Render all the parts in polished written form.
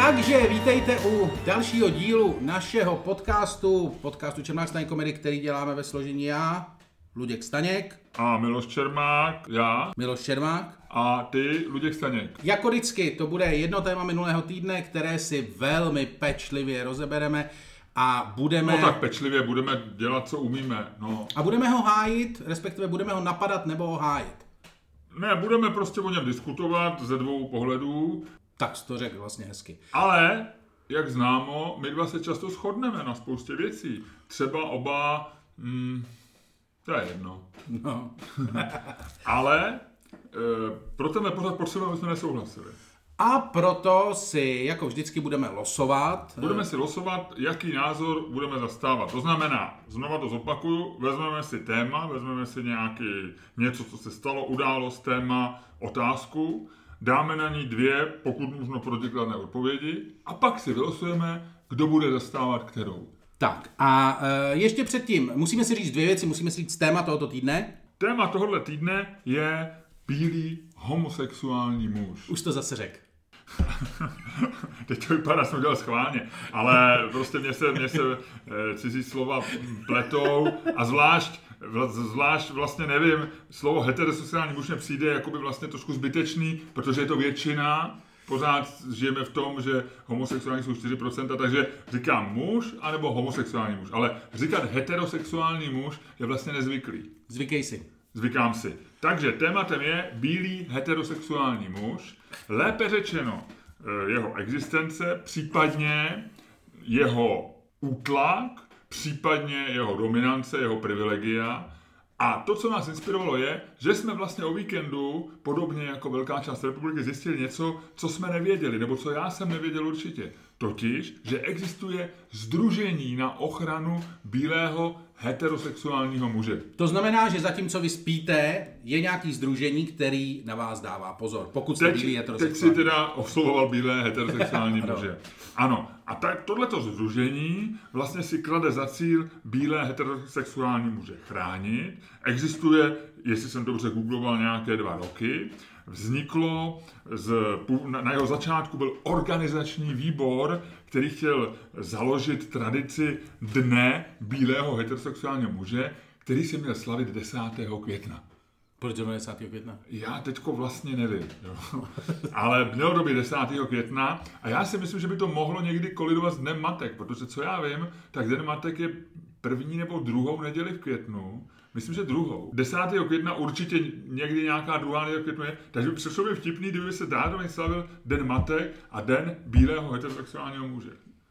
Takže vítejte u dalšího dílu našeho podcastu Čermák Staněk komedy, který děláme ve složení já, Luděk Staněk. A Miloš Čermák, já. Miloš Čermák. A ty, Luděk Staněk. Jako vždycky, to bude jedno téma minulého týdne, které si velmi pečlivě rozebereme a budeme... No tak pečlivě budeme dělat, co umíme, no. A budeme ho hájit, respektive budeme ho napadat nebo ho hájit. Ne, budeme prostě o něm diskutovat ze dvou pohledů. Tak jsi to řekl vlastně hezky. Ale, jak známo, my dva se často shodneme na spoustě věcí. Třeba oba, to je jedno. No. Ale pro tenhle pořad potřebujeme, jsme nesouhlasili. A proto si, jako vždycky, budeme losovat. Budeme si losovat, jaký názor budeme zastávat. To znamená, znova to zopakuju, vezmeme si téma, vezmeme si něco, co se stalo, událost, téma, otázku, dáme na ní dvě, pokud možno protikladné odpovědi a pak si vylosujeme, kdo bude zastávat kterou. Tak a ještě předtím musíme si říct dvě věci, musíme si říct téma tohoto týdne. Téma tohoto týdne je bílý homosexuální muž. Už to zase řekl. Teď to vypadá, jsem udělal schválně, ale prostě mě se cizí slova pletou a zvlášť vlastně nevím, slovo heterosexuální muž mě přijde jakoby vlastně trošku zbytečný, protože je to většina, pořád žijeme v tom, že homosexuální jsou 4%, takže říkám muž anebo homosexuální muž, ale říkat heterosexuální muž je vlastně nezvyklý. Zvykej si. Zvykám si. Takže tématem je bílý heterosexuální muž, lépe řečeno jeho existence, případně jeho útlak, případně jeho dominance, jeho privilegia. A to, co nás inspirovalo, je, že jsme vlastně o víkendu, podobně jako velká část republiky, zjistili něco, co jsme nevěděli, nebo co já jsem nevěděl určitě. Totiž, že existuje sdružení na ochranu bílého heterosexuálního muže. To znamená, že zatímco vy spíte, je nějaký sdružení, který na vás dává pozor, pokud jste bílý heterosexuální. Teď si teda oslovoval bílé heterosexuální muže. Ano. A tak tohleto sdružení vlastně si klade za cíl bílé heterosexuální muže chránit. Existuje, jestli jsem dobře googloval, nějaké 2 roky. Vzniklo, na jeho začátku byl organizační výbor, který chtěl založit tradici Dne bílého heterosexuálního muže, který se měl slavit 10. května. Proč 10. května? Já teďko vlastně nevím, jo. Ale mělo to být 10. května a já si myslím, že by to mohlo někdy kolidovat s Dnem matek, protože co já vím, tak Den matek je první nebo druhou neděli v květnu. Myslím, že druhou. 10. května určitě někdy nějaká druhá neděle v květnu je, takže by přišlo by vtipný, kdyby se zároveň slavil Den matek a Den bílého heterosexuálního muže.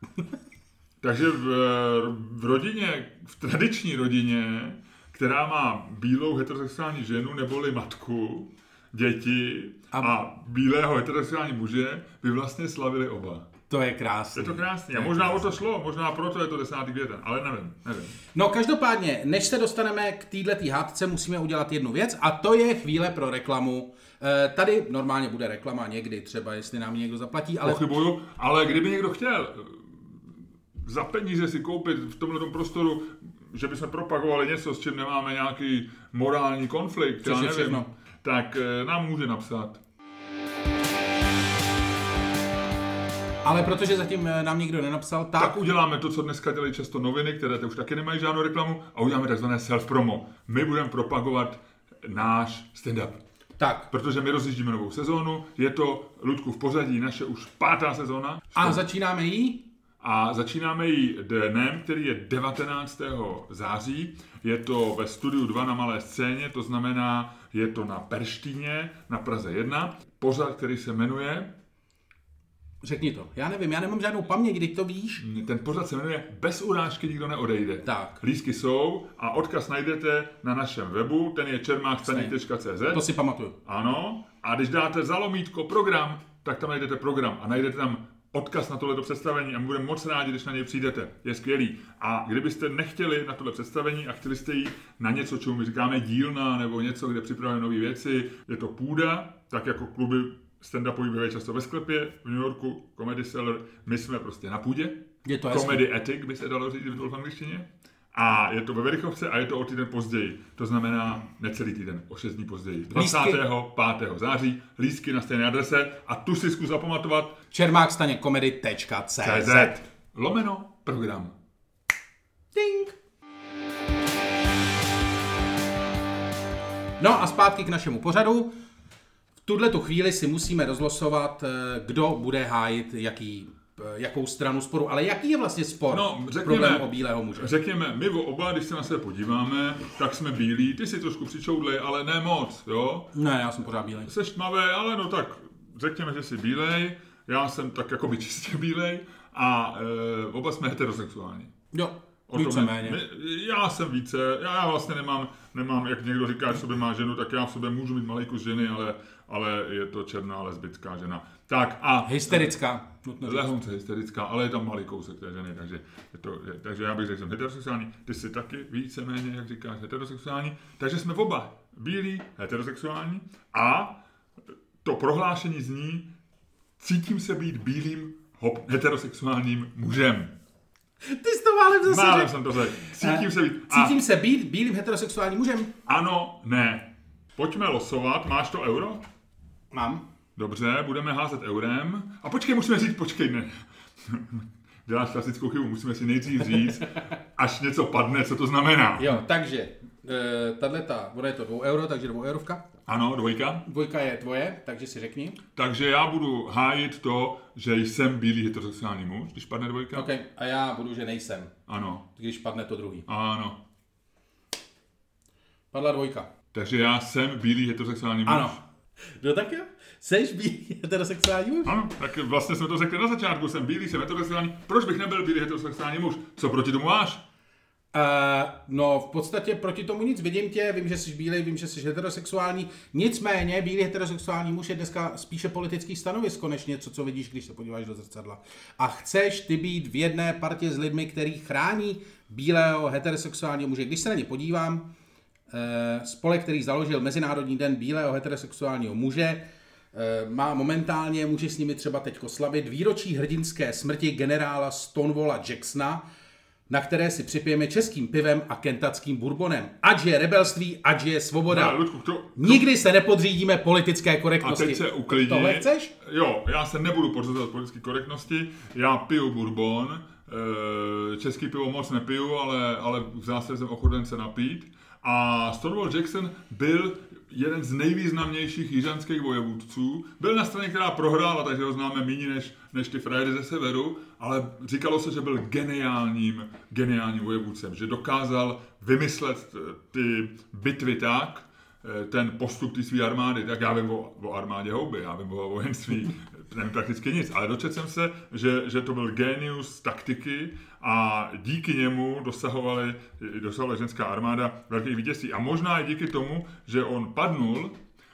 Takže v rodině, v tradiční rodině, která má bílou heterosexuální ženu neboli matku, děti a bílého heterosexuální muže, by vlastně slavili oba. To je krásné. Je to krásné. A možná o to šlo, možná proto je to 10. květen, ale nevím. No každopádně, než se dostaneme k této hádce, musíme udělat jednu věc a to je chvíle pro reklamu. Tady normálně bude reklama někdy, třeba jestli nám někdo zaplatí, ale... Pochybuju, ale kdyby někdo chtěl za peníze si koupit v tomhle prostoru, že bychom propagovali něco, s čím nemáme nějaký morální konflikt, já nevím, všechno. Tak nám může napsat. Ale protože zatím nám nikdo nenapsal, tak uděláme to, co dneska dělají často noviny, které už taky nemají žádnou reklamu, a uděláme takzvané self-promo. My budeme propagovat náš stand-up. Tak. Protože my rozjíždíme novou sezónu, je to, Ludku, v pořadí naše už 5. sezóna. A začínáme ji? A začínáme ji dnem, který je 19. září. Je to ve Studiu 2 na Malé scéně, to znamená, je to na Perštíně, na Praze 1. Pořad, který se jmenuje... Řekni to. Já nevím, já nemám žádnou paměť, když to víš. Ten pořad se jmenuje Bez urážky nikdo neodejde. Tak. Lístky jsou a odkaz najdete na našem webu, ten je čermákstaněk.cz. To si pamatuju. Ano. A když dáte za lomítko program, tak tam najdete program a najdete tam odkaz na tohleto představení a my budeme moc rádi, když na něj přijdete. Je skvělý. A kdybyste nechtěli na tohle představení a chtěli jste jít na něco, čemu my říkáme dílna, nebo něco, kde připravujeme nové věci, je to půda, tak jako kluby stand-upový bývají často ve sklepě, v New Yorku, Comedy Cellar, my jsme prostě na půdě. Je to Comedy Attic by se dalo říct v angličtině. A je to ve Verichovce a je to o týden později. To znamená necelý týden, o 6 dní později. 25. září, lístky na stejné adrese a tu si zkus zapamatovat. čermákstaněkomedy.cz /program. Ding. No a zpátky k našemu pořadu. V tuhletu chvíli si musíme rozlosovat, kdo bude hájit jakou stranu sporu. Ale jaký je vlastně spor? Problém o bílého muže? Řekněme, my oba, když se na sebe podíváme, tak jsme bílí. Ty si trošku přičoudlej, ale ne moc, jo? Ne, já jsem pořád bílej. Seš tmavý, ale no tak řekněme, že jsi bílej. Já jsem tak jakoby čistě bílej a oba jsme heterosexuální. Jo. Víceméně. Já jsem více, já vlastně nemám, jak někdo říká, že v sobě má ženu, tak já v sobě můžu mít malý kus ženy, ale je to černá lesbická žena. Tak a... Hysterická. Lehonce hysterická, ale je tam malý kousek té ženy, takže já bych řekl, že jsem heterosexuální, ty jsi taky víceméně, jak říkáš, heterosexuální, takže jsme oba bílí, heterosexuální a to prohlášení zní, cítím se být bílým heterosexuálním mužem. Ty jsi to málem zase Málem jsem to řekl. Cítím se být bílým heterosexuálním mužem? Ano, ne. Pojďme losovat. Máš to euro? Mám. Dobře, budeme házet eurem. A počkej, ne. Děláš klasickou chybu, musíme si nejdřív říct, až něco padne, co to znamená. Jo, takže, bude to 2 euro, takže 2 eurovka. Ano, 2. 2 je tvoje, takže si řekni. Takže já budu hájit to, že jsem bílý heterosexuální muž, když padne 2. OK, a já budu, že nejsem. Ano. Když padne to druhý. Ano. Padla 2. Takže já jsem bílý heterosexuální muž. Ano. No tak jo, seš bílý heterosexuální muž? Ano, tak vlastně jsme to řekli na začátku, jsem bílý, jsem heterosexuální. Proč bych nebyl bílý heterosexuální muž? Co proti tomu máš? No v podstatě proti tomu nic, vidím tě, vím, že jsi bílej, vím, že jsi heterosexuální, nicméně bílý heterosexuální muž je dneska spíše politický stanovisko, než něco, co vidíš, když se podíváš do zrcadla. A chceš ty být v jedné partě s lidmi, který chrání bílého heterosexuálního muže. Když se na ně podívám, spolek, který založil Mezinárodní den bílého heterosexuálního muže, má momentálně, může s nimi třeba teďko slavit, výročí hrdinské smrti generála Stonewalla Jacksona, na které si připijeme českým pivem a kentackým bourbonem. Ať je rebelství, ať je svoboda. No, Ludku, Nikdy se nepodřídíme politické korektnosti. A teď se uklidni. Tohle chceš? Jo, já se nebudu podřizovat politické korektnosti. Já piju bourbon. Český pivo moc nepiju, ale v zásadě jsem ochoten se napít. A Stonewall Jackson byl jeden z nejvýznamnějších jižanských vojevůdců. Byl na straně, která prohrála, takže ho známe méně než ty frajery ze severu, ale říkalo se, že byl geniálním vojevůdcem, že dokázal vymyslet ty bitvy tak, ten postup té své armády, tak já vím o armádě houby, já vím o vojenství, nevím prakticky nic, ale dočetl jsem se, že to byl génius taktiky a díky němu dosahovala ženská armáda velkých vítězství. A možná i díky tomu, že on padnul,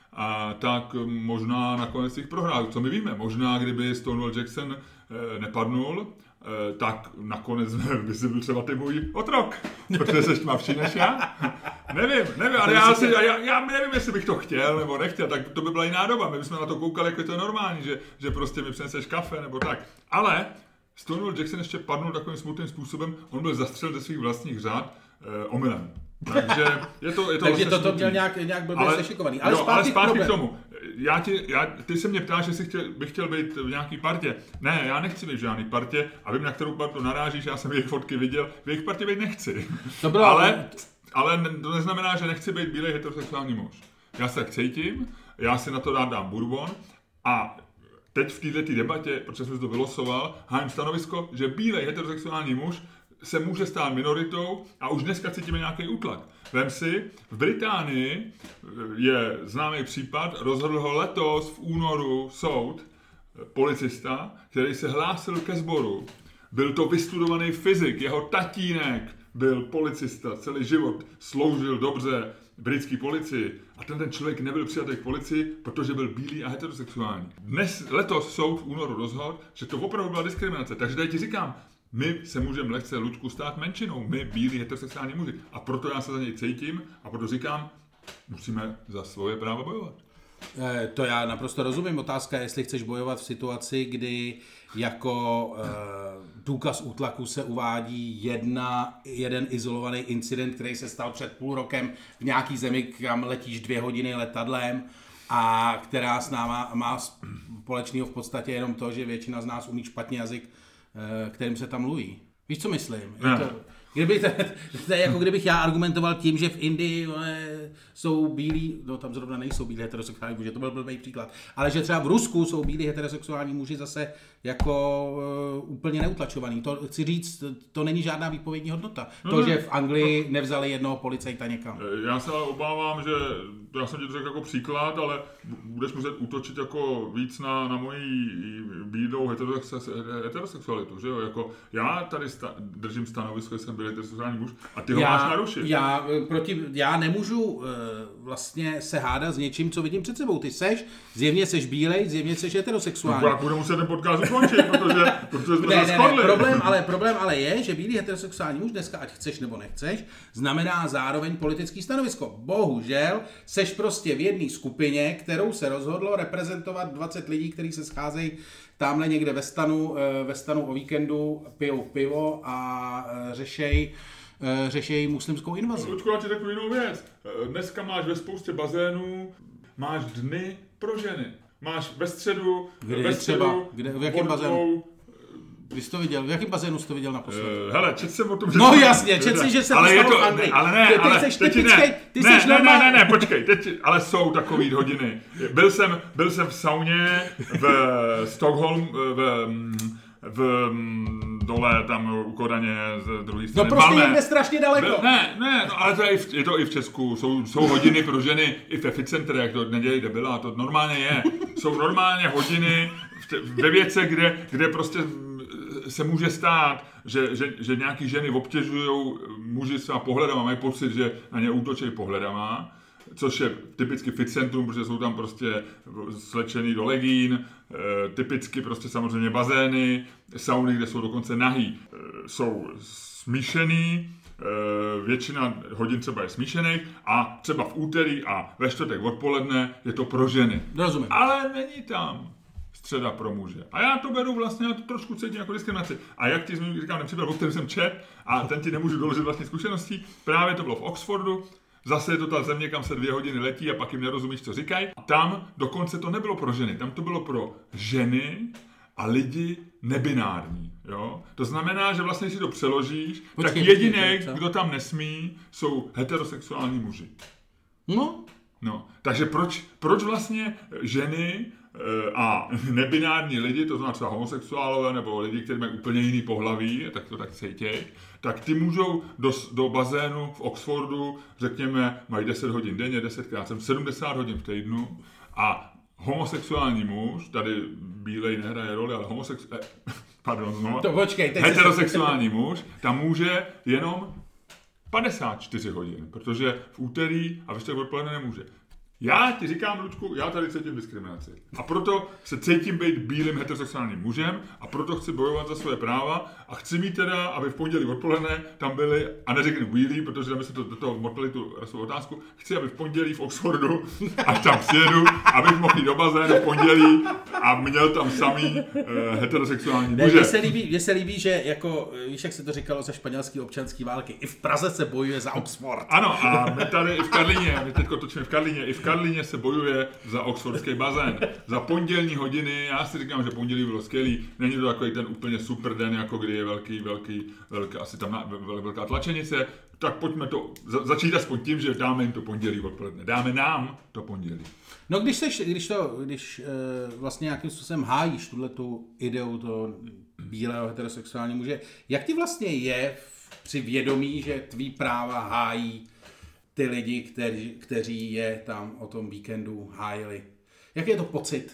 tak možná nakonec jich prohrál. Co my víme? Možná, kdyby Stonewall Jackson nepadnul, tak nakonec by si byl třeba ty můj otrok, protože jsi tmavší než já. Nevím, ale já nevím, jestli bych to chtěl nebo nechtěl, tak to by byla jiná doba. My bychom na to koukali, jako je to normální, že prostě mi přineseš kafe nebo tak. Ale Stonewall Jackson ještě padnul takovým smutným způsobem, on byl zastřelen ze svých vlastních řád omylem. Takže je to takže to měl nějak blbě sešikovaný. Ale zpátky k tomu. Ty se mě ptáš, jestli bych chtěl být v nějaký partě. Ne, já nechci být v žádný partě a vím, na kterou partu narážíš, já jsem jejich fotky viděl, v jejich partě být nechci. Ale to neznamená, že nechci být bílej heterosexuální muž. Já se tak cítím, já si na to rád dám bourbon a teď v této debatě, protože jsem to vylosoval, hájím stanovisko, že bílej heterosexuální muž se může stát minoritou a už dneska cítíme nějaký útlak. Vem si, v Británii je známý případ, rozhodl ho letos v únoru soud, policista, který se hlásil ke sboru. Byl to vystudovaný fyzik, jeho tatínek byl policista, celý život sloužil dobře britské policii a ten člověk nebyl přijatý k policii, protože byl bílý a heterosexuální. Letos soud v únoru rozhodl, že to opravdu byla diskriminace. Takže tady ti říkám, my se můžeme lehce, Luďku, stát menšinou, my bílí heterosexuální muži. A proto já se za něj cítím a proto říkám, musíme za svoje práva bojovat. To já naprosto rozumím. Otázka je, jestli chceš bojovat v situaci, kdy jako důkaz útlaku se uvádí jeden izolovaný incident, který se stal před půl rokem v nějaký zemi, kam letíš 2 hodiny letadlem a která s náma má společného v podstatě jenom to, že většina z nás umí špatně jazyk, kterým se tam mluví. Víš, co myslím? To je jako kdybych já argumentoval tím, že v Indii jsou bílí, no tam zrovna nejsou bílí heterosexuální muži, to byl blbý příklad, ale že třeba v Rusku jsou bílí heterosexuální muži zase jako úplně neutlačovaný. To chci říct, to není žádná výpovědní hodnota. To, že v Anglii nevzali jednoho policajta někam. Já se ale obávám, že já jsem ti to řekl jako příklad, ale budeš muset útočit jako víc na moji bílou heterosexualitu, že jo? Jako já tady držím stanovisko, že jsem byl heterosexuální muž a ty ho máš narušit. Já nemůžu vlastně se hádat s něčím, co vidím před sebou. Ty zjevně seš bílej, zjevně seš heterosexuální. No, jak budu muset ten podcast ukončit, protože jsme se shodli. Problém ale je, že bílý heterosexuální muž dneska, ať chceš nebo nechceš, znamená zároveň politický stanovisko. Bohužel seš prostě v jedné skupině, kterou se rozhodlo reprezentovat 20 lidí, kteří se scházejí tamhle někde ve stanu o víkendu, pijou pivo a řešejí muslimskou invazi. Lučko, já ti řeknu jinou věc. Dneska máš ve spoustě bazénů, máš dny pro ženy. Máš ve středu, v jakém bazénu? Vy jsi to viděl, v jakém bazénu jsi to viděl naposled? Hele, čet jsem o tom, že... No jasně, čet si, že se to stalo v Anglii. Ne, počkej, ale jsou takový hodiny. Byl jsem v sauně v Stockholm, dole tam u Kodaně z druhé strany. No prostě někde strašně daleko. No ale je to i v Česku. Jsou hodiny pro ženy i v epicentrech, to nedělej debila, to normálně je. Jsou normálně hodiny ve věcech, kde prostě se může stát, že nějaký ženy obtěžují muži svá pohledama, mají pocit, že na ně útočí pohledama, což je typicky fit centrum, protože jsou tam prostě slečený do legín, typicky prostě samozřejmě bazény, sauny, kde jsou dokonce nahý, jsou smíšený, většina hodin třeba je smíšených a třeba v úterý a ve čtvrtek odpoledne je to pro ženy. Rozumím. Ale není tam středa pro muže. A já to beru vlastně, já to trošku cítím jako diskriminaci. A jak ti říkám, ten případ, o kterém jsem čet, a ten ti nemůžu doložit vlastní zkušeností, právě to bylo v Oxfordu, zase je to ta země, kam se 2 hodiny letí a pak jim nerozumíš, co říkají. Tam dokonce to nebylo pro ženy, tam to bylo pro ženy a lidi nebinární. Jo? To znamená, že vlastně, když si to přeložíš, tak jediný, kdo tam nesmí, jsou heterosexuální muži. No, takže proč vlastně ženy a nebinární lidi, to znamená třeba homosexuálové nebo lidi, kteří mají úplně jiný pohlaví, tak to tak cítěj, tak ty můžou do bazénu v Oxfordu, řekněme, mají 10 hodin denně, 10x 70 hodin v týdnu a homosexuální muž, tady bílej nehraje roli, ale heterosexuální muž, tam může jenom 54 hodin, protože v úterý a ve čtvrtek odpoledne nemůže. Já ti říkám, Lučku, já tady cítím diskriminaci. A proto se cítím být bílým heterosexuálním mužem a proto chci bojovat za své práva a chci mít teda, aby v pondělí odpoledne tam byli, a neřeknu bílí, protože tam se do toho motali tu svou otázku, chci, aby v pondělí v Oxfordu, až tam přijedu, abych mohl jít do bazénu v pondělí a měl tam samý heterosexuální muže. Mně se líbí, že jako, víš, jak se to říkalo za španělské občanské války, i v Praze se bojuje za Oxford. Ano, a my tady i v Karlíně, my teďko točíme v Karlíně, i v Karlíně se bojuje za oxfordský bazén. Za pondělní hodiny, já si říkám, že pondělí bylo skvělý, není to takový ten úplně super den, jako kdy je velká, asi tam velká tlačenice, tak pojďme to začít aspoň tím, že dáme jim to pondělí odpoledne. Dáme nám to pondělí. No když vlastně nějakým způsobem hájíš tuhletu ideu toho bílého heterosexuálního muže, jak ti vlastně je při vědomí, že tvý práva hájí ty lidi, kteří je tam o tom víkendu hájili? Jak je to pocit?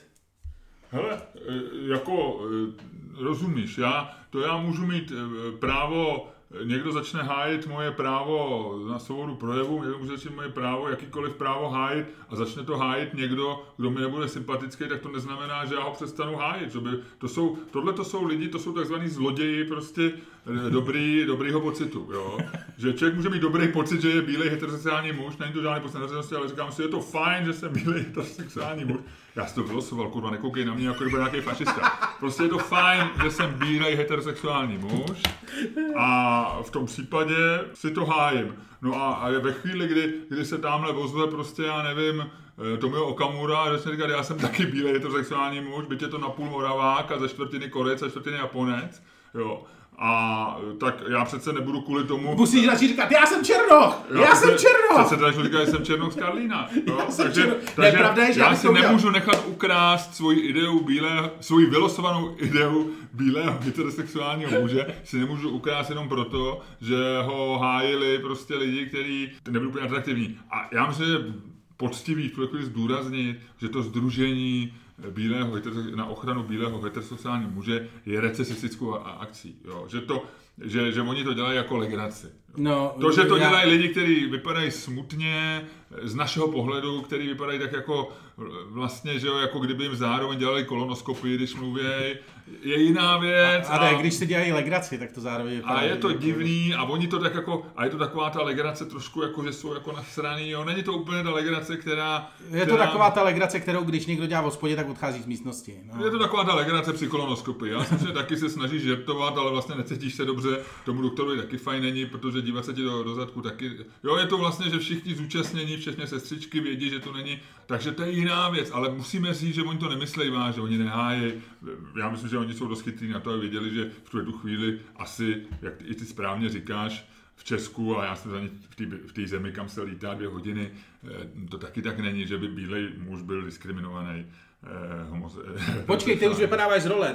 Hele, jako rozumíš, já můžu mít právo někdo začne hájit moje právo na svobodu projevu, někdo může začít moje právo, jakýkoliv právo hájit a začne to hájit někdo, kdo mi nebude sympatický, tak to neznamená, že já ho přestanu hájit. Tohle to jsou lidi, to jsou takzvaný zloději prostě dobrýho pocitu. Jo? Že člověk může mít dobrý pocit, že je bílej heterosexuální muž, není to žádný poslanec, ale říkám si, je to fajn, že jsem bílej heterosexuální muž. Já si to vylosoval, kurva, nekoukej na mě, jako kdyby nějaký fašista. Prostě je to fajn, že jsem bílej heterosexuální muž a v tom případě si to hájím. No a ve chvíli, kdy se tamhle ozve prostě, já nevím, Tomio Okamura a začne říkat, já jsem taky bílej heterosexuální muž, byť je to napůl Moravák a ze čtvrtiny Korejec a čtvrtiny Japonec, jo. A tak já přece nebudu kvůli tomu... Musíš radši říkat, já jsem Černoch! Já jsem Černoch! Přece tady říká, že jsem Černoch z Karlína. Takže pravda je, že já si nemůžu nechat ukrást svoji vylosovanou ideu bílého heterosexuálního muže, si nemůžu ukrást jenom proto, že ho hájili prostě lidi, kteří nebyli úplně atraktivní. A já myslím, že poctivý chvíli zdůraznit, že to sdružení na ochranu bílého heterosexuálního muže je recesistickou akcí. Jo? Že oni to dělají jako legraci. No, to, že to dělají lidi, kteří vypadají smutně, z našeho pohledu, kteří vypadají tak jako vlastně, že jo, jako kdyby jim zároveň dělali kolonoskopii, když mluvějí, je jiná věc. A když se dělají legraci, tak to zároveň vypadá. A je to divný a oni to tak jako, a je to taková ta legrace trošku jako, že jsou jako nasraný, jo, není to úplně ta legrace, která... Je to taková ta legrace, kterou když někdo dělá v hospodě, tak odchází z místnosti. No. Je to taková ta legrace při kolonoskopii. Já myslím, že taky se snažíš žertovat, ale vlastně necítíš se dobře, tomu doktorovi taky fajn není, protože dívat se ti do zadku taky... Jo, je to vlastně, že všichni zúčastnění, včetně sestřičky, vědí, že to není. Takže to je jiná věc, ale musíme říct, že oni to nemyslejí vážně, oni nehájí. Já myslím, že oni jsou dost chytrý na to, aby věděli, že v tu chvíli asi, jak i ty správně říkáš, v Česku, a já jsem za ně v té zemi, kam se lítá 2 hodiny, to taky tak není, že by bílej muž byl diskriminovaný. Počkej, ty už vypadáváš z role.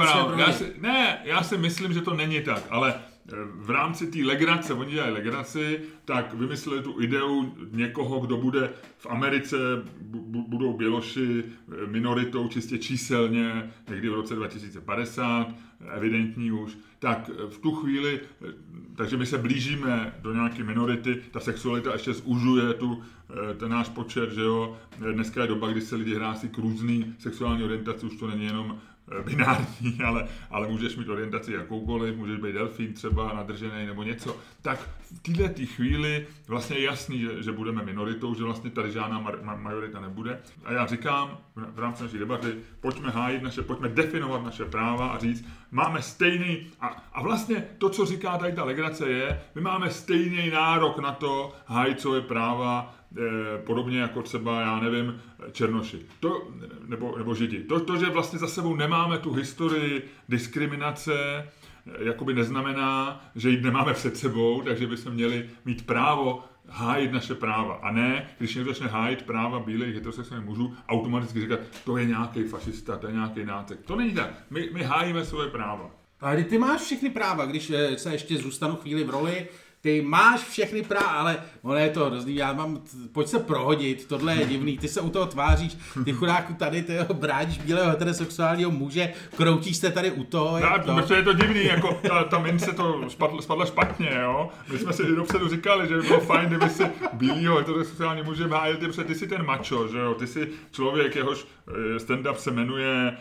Já si myslím, že to není tak, ale v rámci té legrace, oni dělají legraci, tak vymysleli tu ideu někoho, kdo bude v Americe, budou běloši minoritou čistě číselně, někdy v roce 2050, evidentní už, tak v tu chvíli, takže my se blížíme do nějaké minority, ta sexualita ještě zužuje ten náš počet, že jo, dneska je doba, kdy se lidi hlásí k různý sexuální orientaci, už to není jenom binární, ale můžeš mít orientaci jakoukoliv, můžeš být delfín třeba nadržený nebo něco. Tak v této chvíli vlastně je jasný, že budeme minoritou, že vlastně tady žádná majorita nebude. A já říkám v rámci naší debaty, pojďme definovat naše práva a říct, máme stejný, a vlastně to, co říká tady ta legrace je, my máme stejný nárok na to hájit svoje práva, podobně jako třeba, já nevím, černoši, nebo židi. To, že vlastně za sebou nemáme tu historii diskriminace, jakoby neznamená, že ji nemáme před sebou, takže bychom měli mít právo hájit naše práva. A ne, když někdo začne hájit práva bílých heterosexuálních mužů, automaticky říkat, to je nějaký fašista, to je nějaký nácek. To není tak. My hájíme svoje práva. Ale ty máš všechny práva, když se ještě zůstanu chvíli v roli, ty máš všechny práva, ale ono je to hrozný, pojď se prohodit, tohle je divný, ty se u toho tváříš, ty chudáku tady, ty bráníš bílého heterosexuálního muže, kroutíš se tady u toho. Protože je to divný, jako ta mince to spadla špatně, jo. My jsme si dopředu říkali, že by bylo fajn, kdyby si bílýho heterosexuálního muže hájil, protože ty jsi ten macho, že jo, ty jsi člověk, jehož stand-up se jmenuje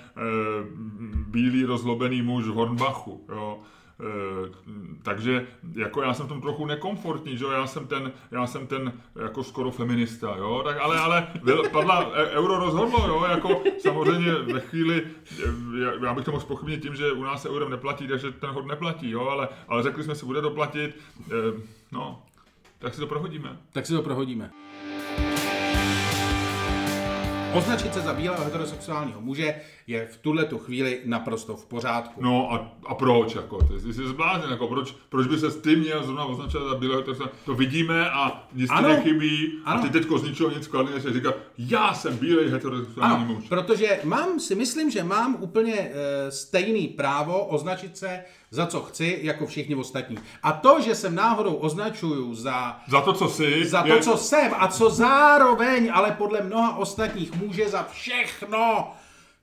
Bílý rozlobený muž v Hornbachu, jo. Takže jako já jsem v tom trochu nekomfortní, že jo, já jsem ten jako skoro feminista, jo, tak ale euro rozhodlo, jo, jako samozřejmě ve chvíli, já bych to mohl zpochybnit tím, že u nás se eurem neplatí, takže ten hod neplatí, jo, ale řekli jsme si, bude to platit, no, tak si to prohodíme. Označit se za bílého heterosexuálního muže je v tuhletu chvíli naprosto v pořádku. No a proč? Jako? Ty jsi zblázen, jako proč by se ty měl zrovna označovat za bílého heterosexuálního? To vidíme a nic ti nechybí. Ano. A ty teďko z ničeho nic skladný, než říkat, já jsem bílej heterosexuální muž. Protože myslím, že mám úplně stejný právo označit se za co chci, jako všichni ostatní. A to, že jsem náhodou označuju za to, co jsi, to, co jsem a co zároveň, ale podle mnoha ostatních může za všechno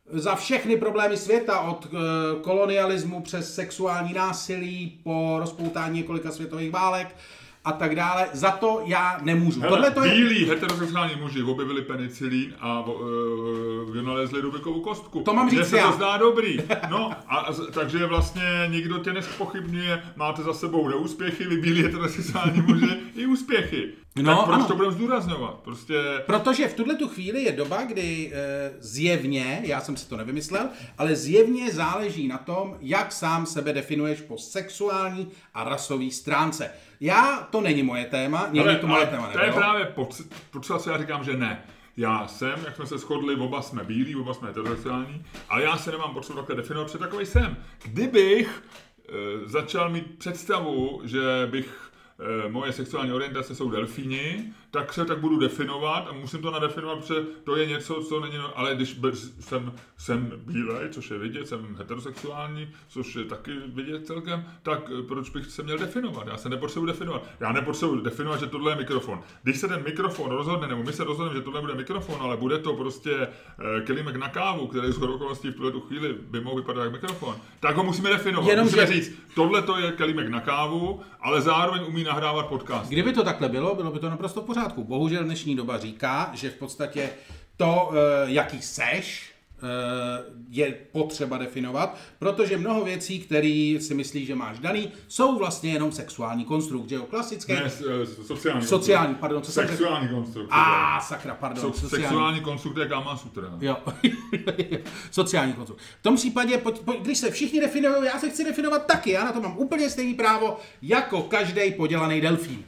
za všechny problémy světa, od kolonialismu přes sexuální násilí po rozpoutání několika světových válek a tak dále. Za to já nemůžu. Hele, bílí heterosexuální muži objevili penicilín a vynalezli Rubikovou kostku. To mám říct já. To zdá dobrý. No, takže vlastně nikdo tě nespochybňuje, máte za sebou neúspěchy, vy bílí heterosexuální muži i úspěchy. No, tak proč to budeme zdůrazňovat? Protože v tuhle tu chvíli je doba, kdy zjevně, já jsem si to nevymyslel, ale zjevně záleží na tom, jak sám sebe definuješ po sexuální a rasové stránce. To není moje téma, někdy to moje téma nebylo. To je právě potřeba, co já říkám, že ne. Já jsem, jak jsme se shodli, oba jsme bílí, oba jsme heterosexuální, ale já se nemám potřebu takhle definovat, protože takový jsem. Kdybych začal mít představu, že moje sexuální orientace jsou delfíni, tak se tak budu definovat a musím to nadefinovat, protože to je něco, co není, ale když jsem bílej, což je vidět, jsem heterosexuální, což je taky vidět celkem, tak proč bych se měl definovat? Já se nepotřebuji definovat. Já nepotřebuji definovat, že tohle je mikrofon. Když se ten mikrofon rozhodne, nebo my se rozhodneme, že tohle bude mikrofon, ale bude to prostě kelímek na kávu, který z okolností v tuhle chvíli by mohl vypadat jako mikrofon, tak ho musíme definovat. Musíme říct, tohle to je kelímek na kávu, ale zároveň umí nahrávat podcast. Kdyby to takhle bylo by to naprosto v pořádku. Bohužel dnešní doba říká, že v podstatě to, jaký seš, je potřeba definovat, protože mnoho věcí, které si myslíš, že máš daný, jsou vlastně jenom sexuální konstrukt, že jo, klasické. Ne, sociální, pardon, co sexuální konstrukt. Sakra, pardon. Sexuální konstrukt je Kama Sutra. Jo, sociální konstrukt. V tom případě, když se všichni definují, já se chci definovat taky, já na to mám úplně stejný právo, jako každý podělaný delfín.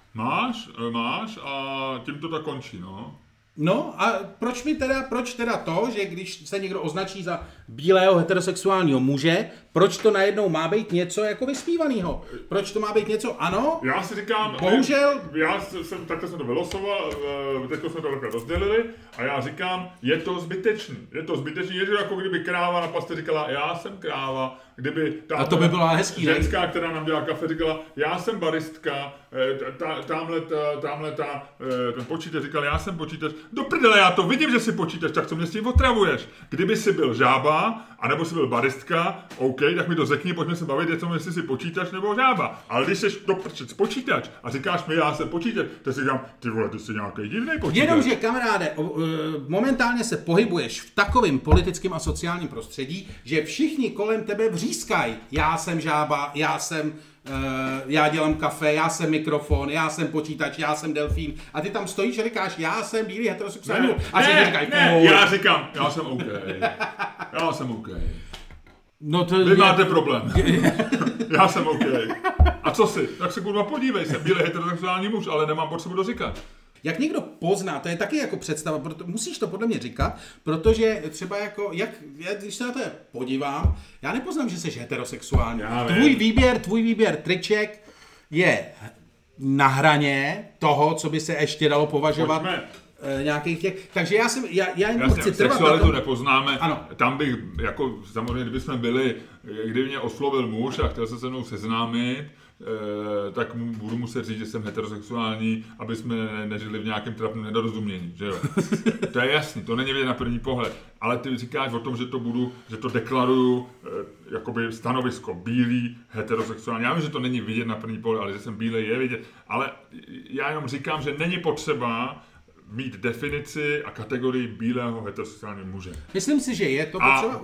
Máš a tím to tak končí, no. No a proč teda to, že když se někdo označí za bílého heterosexuálního muže, proč to najednou má být něco jako vyspívanýho? Proč to má být něco, ano? Já si říkám, bohužel... takhle jsem to vylosoval, teď jsme to takhle rozdělili a já říkám, je to zbytečný, je to jako kdyby kráva na pastě říkala, já jsem kráva, kdyby a to by bylo hezký, ženská, která nám dělá kafe, říkala, já jsem baristka, tamhle ten počítač říkal, já jsem počítač, do prdele, já to vidím, že jsi počítač, tak co mě s tím otravuješ? Kdyby jsi byl žába, anebo jsi byl baristka, OK, tak mi to řekni, pojďme se bavit, jestli jsi počítač nebo žába. Ale když jsi počítač a říkáš mi, já jsem počítač, tak si říkám, ty vole, ty jsi nějaký divný počítač. Jenomže, kamaráde, momentálně se pohybuješ v takovém politickém a sociálním prostředí, že všichni kolem tebe vřískají. Já jsem žába, já dělám kafe, já jsem mikrofon, já jsem počítač, já jsem delfín. A ty tam stojíš a říkáš, já jsem bílý heterosexuální. A všichni říkají, já říkám, já jsem OK. Já jsem OK. No vy máte problém. Já jsem OK. A co si? Tak se kurva podívej, jsem bílý heterosexuální muž, ale nemám potřebu doříkat. Jak někdo pozná, to je taky jako představa, musíš to podle mě říkat, protože třeba jako, když se na to podívám, já nepoznám, že jsi heterosexuální. Tvůj výběr triček je na hraně toho, co by se ještě dalo považovat. Nějakých těch, takže já jenom chci trvat. Sexualitu nepoznáme, ano. Tam bych, jako samozřejmě, kdybychom byli, kdyby mě oslovil muž a chtěl se mnou seznámit, tak budu muset říct, že jsem heterosexuální, aby jsme nežili v nějakém trapném nedorozumění, že jo? To je jasný, to není vidět na první pohled, ale ty říkáš o tom, že to deklaruju jakoby stanovisko, bílý, heterosexuální. Já vím, že to není vidět na první pohled, ale že jsem bílej je vidět, ale já jenom říkám, že není potřeba mít definici a kategorii bílého heterosexuálního muže. Myslím si, že je to potřeba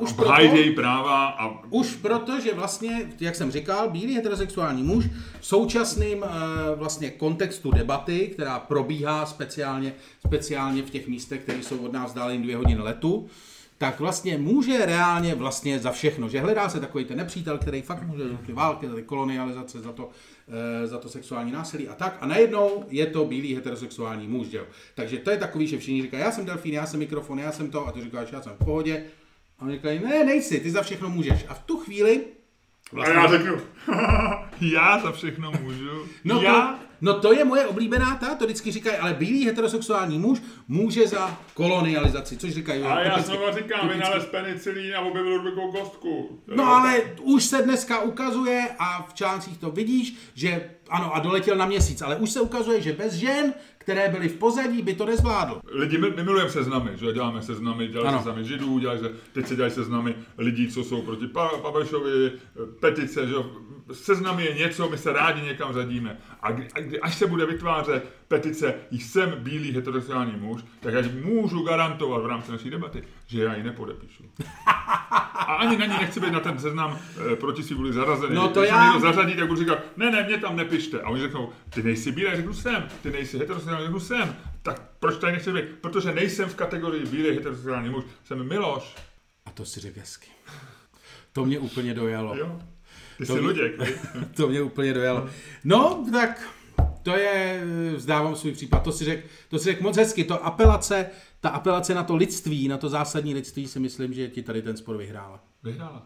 už proto, že vlastně, jak jsem říkal, bílý heterosexuální muž v současném vlastně kontextu debaty, která probíhá speciálně v těch místech, které jsou od nás dále 2 hodiny letu, tak vlastně může reálně vlastně za všechno, že hledá se takový ten nepřítel, který fakt může za ty války, za ty kolonializace, za to sexuální násilí a tak. A najednou je to bílý heterosexuální muž, jo. Takže to je takový, že všichni říkají, já jsem delfín, já jsem mikrofon, já jsem to, a ty říkáš, já jsem v pohodě. A oni říkají, ne, nejsi, ty za všechno můžeš. A v tu chvíli... Vlastně... A já řeknu, já za všechno můžu. No No to je moje oblíbená to vždycky říkají, ale bílý heterosexuální muž může za kolonializaci, což říkají. A já znovu říkám, vynalez penicilín a objevil rubikovou kostku. No ale už se dneska ukazuje a v článcích to vidíš, že ano a doletěl na Měsíc, ale už se ukazuje, že bez žen, které byly v pozadí, by to nezvládl. Lidi, my milujeme seznamy, že děláme seznamy, děláme seznamy Židů, teď se dělají seznamy lidí, co jsou proti Babišovi, petice, že seznamy je něco, my se rádi někam řadíme. A až se bude vytvářet petice, jsem bílý heterosexuální muž, tak já můžu garantovat v rámci naší debaty, že já ji nepodepíšu. A ani na ní nechci být na ten seznam proti svým vůli zarazený. No to když já... někdo zařadí, tak budu říkat, ne, mě tam nepište. A oni řeknou, ty nejsi bílý, řeknu jsem, ty nejsi heterosexuální, řeknu jsem. Tak proč tady nechci být? Protože nejsem v kategorii bílý heterosexuální muž, jsem Miloš. A to si řekl hezky. To mě úplně dojalo. Jo. Ty jsi Luděk. To mě úplně dojalo. No, tak to je, vzdávám svůj případ, to si řek moc hezky, ta apelace na to lidství, na to zásadní lidství si myslím, že ti tady ten spor vyhrála. Vyhrála.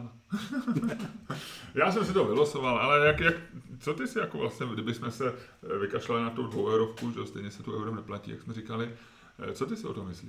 Já jsem si to vylosoval, ale co ty si jako vlastně, kdybychom se vykašlali na tu 2 eurovku, že stejně se tu euro neplatí, jak jsme říkali, co ty si o tom myslíš?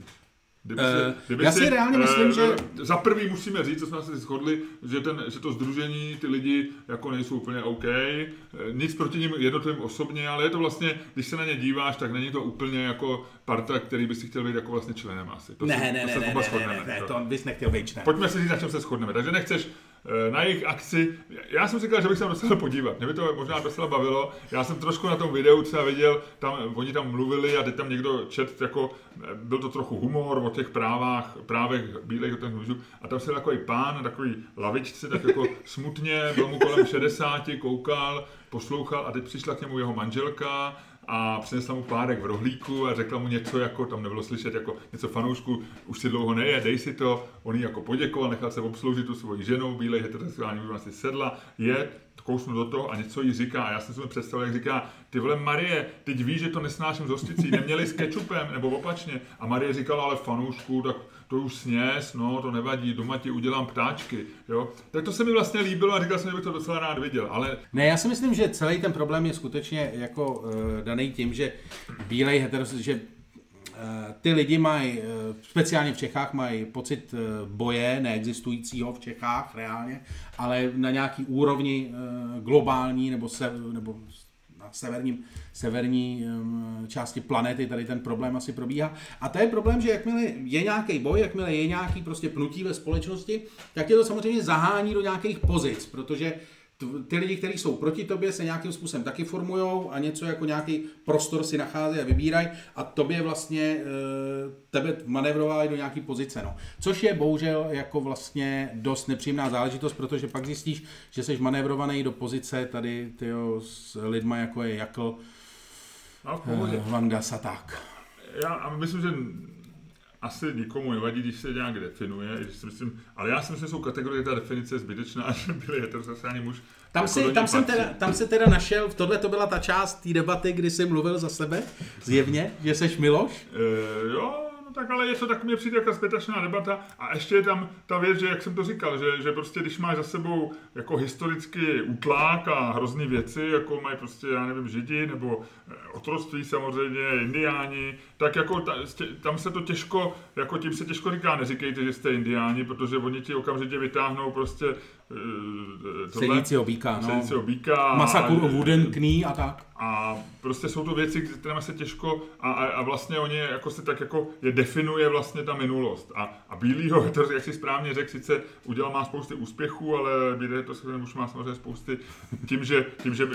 Já si reálně myslím, že... Za prvý musíme říct, co jsme se shodli, že to sdružení, ty lidi jako nejsou úplně OK, nic proti nim jednotlivým osobně, ale je to vlastně, když se na ně díváš, tak není to úplně jako parta, který by si chtěl být jako vlastně členem asi. Ne, to bys nechtěl být členem. Pojďme si říct, na čem se shodneme. Takže nechceš na jejich akci. Já jsem říkal, že bych se tam dostal podívat. Mě by to možná docela bavilo. Já jsem trošku na tom videu třeba viděl, oni tam mluvili a teď tam někdo čet, jako byl to trochu humor o těch právech bílých mužů. A tam se takový pán, takový lavičce, tak jako smutně, byl mu kolem 60, koukal, poslouchal a teď přišla k němu jeho manželka a přinesla mu párek v rohlíku a řekla mu něco, jako tam nebylo slyšet, jako něco fanoušku, už si dlouho neje, dej si to. On jí jako poděkoval, nechal se obsloužit tu svoji ženou, bílej heterosexuální muž, si sedla, kousnu do toho a něco jí říká a já jsem si to představil, jak říká, ty vole Marie, teď víš, že to nesnáším s hosticí, neměli s kečupem, nebo opačně. A Marie říkala, ale fanoušku, tak to už sněz, no, to nevadí, doma ti udělám ptáčky, jo. Tak to se mi vlastně líbilo a říkal jsem, že bych to docela rád viděl, ale... Ne, já si myslím, že celý ten problém je skutečně jako daný tím, že bílej heterosexuální, že ty lidi mají, speciálně v Čechách, mají pocit boje neexistujícího v Čechách reálně, ale na nějaký úrovni globální nebo na severní části planety tady ten problém asi probíhá. A to je problém, že jakmile je nějaký boj, jakmile je nějaký prostě pnutí ve společnosti, tak tě to samozřejmě zahání do nějakých pozic, protože ty lidi, kteří jsou proti tobě, se nějakým způsobem taky formujou a něco jako nějaký prostor si nacházejí a vybírají a tobě vlastně tebe manévrovají do nějaký pozice. No. Což je bohužel jako vlastně dost nepříjemná záležitost, protože pak zjistíš, že jsi manévrovaný do pozice tady s lidma jako je Jakl, Vangas a tak. Já myslím, že asi nikomu nevadí, když se nějak definuje, ale já si myslím, že jsou kategorie, ta definice je zbytečná, že byli heterosexuální muž. Tam se teda našel, tohle to byla ta část té debaty, kdy jsi mluvil za sebe, zjevně, že seš Miloš? Jo, no tak ale je to tak, mě přijde jako zbytečná debata a ještě je tam ta věc, že jak jsem to říkal, že prostě když máš za sebou jako historicky útlák a hrozný věci, jako mají prostě, já nevím, Židi nebo otroctví samozřejmě, indiáni, tak jako tam se to těžko, jako tím se těžko říká, neříkejte, že jste indiáni, protože oni ti okamžitě vytáhnou prostě Sedícího býka, Masakru o Wooden Knee a tak. A prostě jsou to věci, kterými se těžko a vlastně oni jako se tak jako je definuje vlastně ta minulost. A bílýho, jak si správně řekl, sice má spousty úspěchů, ale bílý to už má samozřejmě spousty tím, že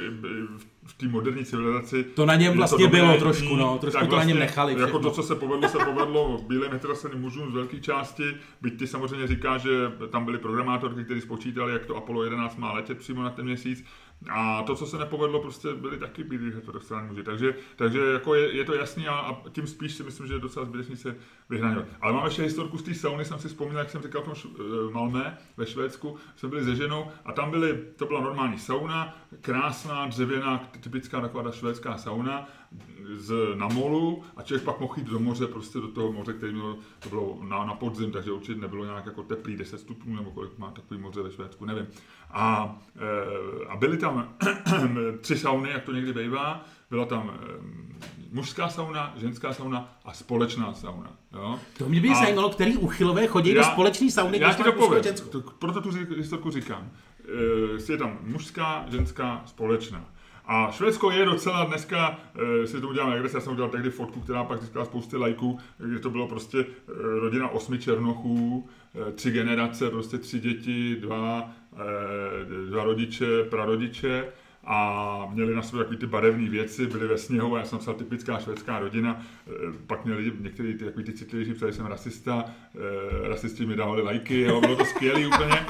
v té moderní civilizaci to na něm vlastně bylo trošku, trošku to vlastně, na něm nechali. Jako to, co se povedlo bílým heterosexuálním mužům z velké části, byť ty samozřejmě říká, že tam byli programátorky, kteří spočítali, jak to Apollo 11 má letět přímo na ten měsíc. A to, co se nepovedlo, prostě byli taky bílí heterosexuální muži. Takže jako je to jasný a tím spíš si myslím, že je docela zbytečný se vyhraňovat. Ale mám ještě historku z té sauny, jsem si vzpomněl, jak jsem říkal v tom Malmö ve Švédsku, jsme byli se ženou a tam to byla normální sauna, krásná, dřevěná, typická taková ta švédská sauna na molu a člověk pak mohl jít do moře, prostě do toho moře, který mělo, to bylo na podzim, takže určitě nebylo nějak jako teplý 10 stupňů, nebo kolik má takový moře ve Švédsku, nevím. A byly tam 3 sauny, jak to někdy bývá, byla tam mužská sauna, ženská sauna a společná sauna. Jo? To mě by zajímalo, který úchylové chodí do společné sauny, když máš mužskou ženskou. Proto tu historku říkám. Je tam mužská, ženská, společná. A Švédsko je docela dneska, si to udělám legraci, já jsem udělal tehdy fotku, která pak získala spousty lajků, kde to bylo prostě rodina 8 černochů, 3 generace, prostě 3 děti, 2 rodiče, prarodiče a měli na sobě takový ty barevné věci, byli ve sněhu a já jsem psal typická švédská rodina, pak měli některý takový ty citlivější, psali jsem rasista, rasisti mi dávali lajky, jo, bylo to skvělý úplně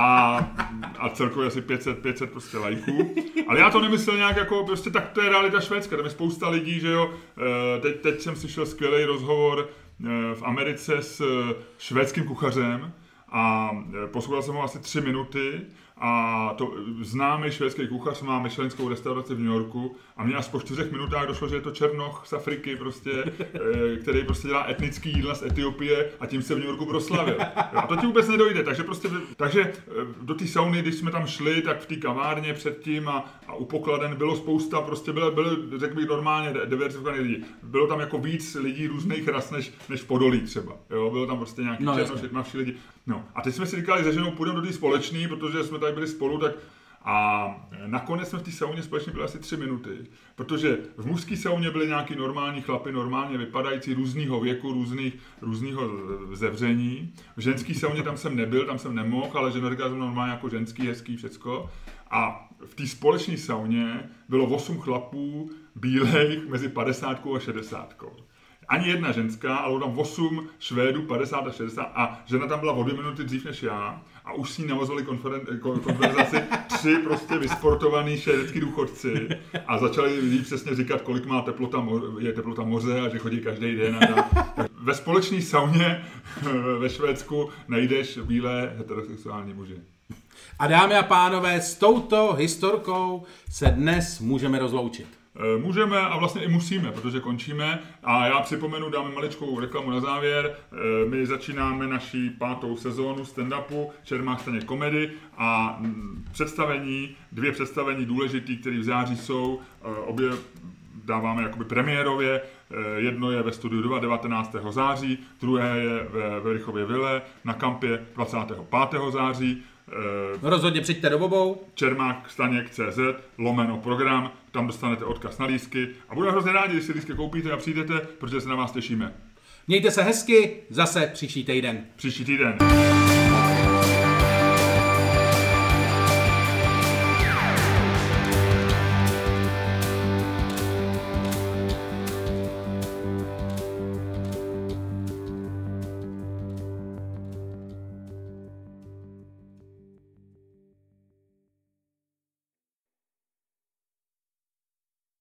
a celkově asi 500 prostě lajků, ale já to nemyslel nějak jako prostě tak to je realita Švédska, tam je spousta lidí, že jo, teď jsem slyšel skvělý rozhovor v Americe s švédským kuchařem a poslouchal jsem ho asi 3 minuty a to známý švédský kuchař má michelinskou restauraci v New Yorku a mě až po 4 minutách došlo, že je to černoch z Afriky prostě, který prostě dělá etnický jídla z Etiopie a tím se v New Yorku proslavil. A to ti vůbec nedojde, takže do té sauny, když jsme tam šli, tak v té kavárně předtím a u pokladen bylo spousta, prostě byly řekl bych normálně diversifikovaný lidi. Bylo tam jako víc lidí různých ras než v Podolí třeba. Jo, bylo tam prostě nějaký černoši lidi. No, a teď jsme si říkali, že ženou půjdeme do té společný, protože jsme tady byli spolu, tak a nakonec jsme v té sauně společně byli asi 3 minuty, protože v mužské sauně byli nějaký normální chlapi, normálně vypadající různýho věku, různýho zevření. V ženské sauně tam jsem nebyl, tam jsem nemohl, ale žena říkala, že normálně jako ženský, hezký, všecko. A v té společné sauně bylo 8 chlapů bílejch mezi 50 a 60. Ani jedna ženská, ale tam 8 Švédů, 50 a 60 a žena tam byla o 2 minuty dřív než já a už s ní navazovali konverzaci 3 prostě vysportovaný švédský důchodci a začali lidi přesně říkat, kolik má teplota moře a že chodí každý den a tak. Ve společné sauně ve Švédsku najdeš bílé heterosexuální muže. A dámy a pánové, s touto historkou se dnes můžeme rozloučit. Můžeme a vlastně i musíme, protože končíme a já připomenu, dáme maličkou reklamu na závěr. My začínáme naší 5. sezónu stand-upu Čermák Staněk komedy a 2 představení důležitý, které v září jsou, obě dáváme jakoby premiérově. Jedno je ve Studiu 2 19. září, druhé je ve Rychově Vile na kampě 25. září. Rozhodně přijďte do obou. čermakstaněk.cz/program, tam dostanete odkaz na lístky a budeme hrozně rádi, když si lístky koupíte a přijdete, protože se na vás těšíme. Mějte se hezky, zase příští týden.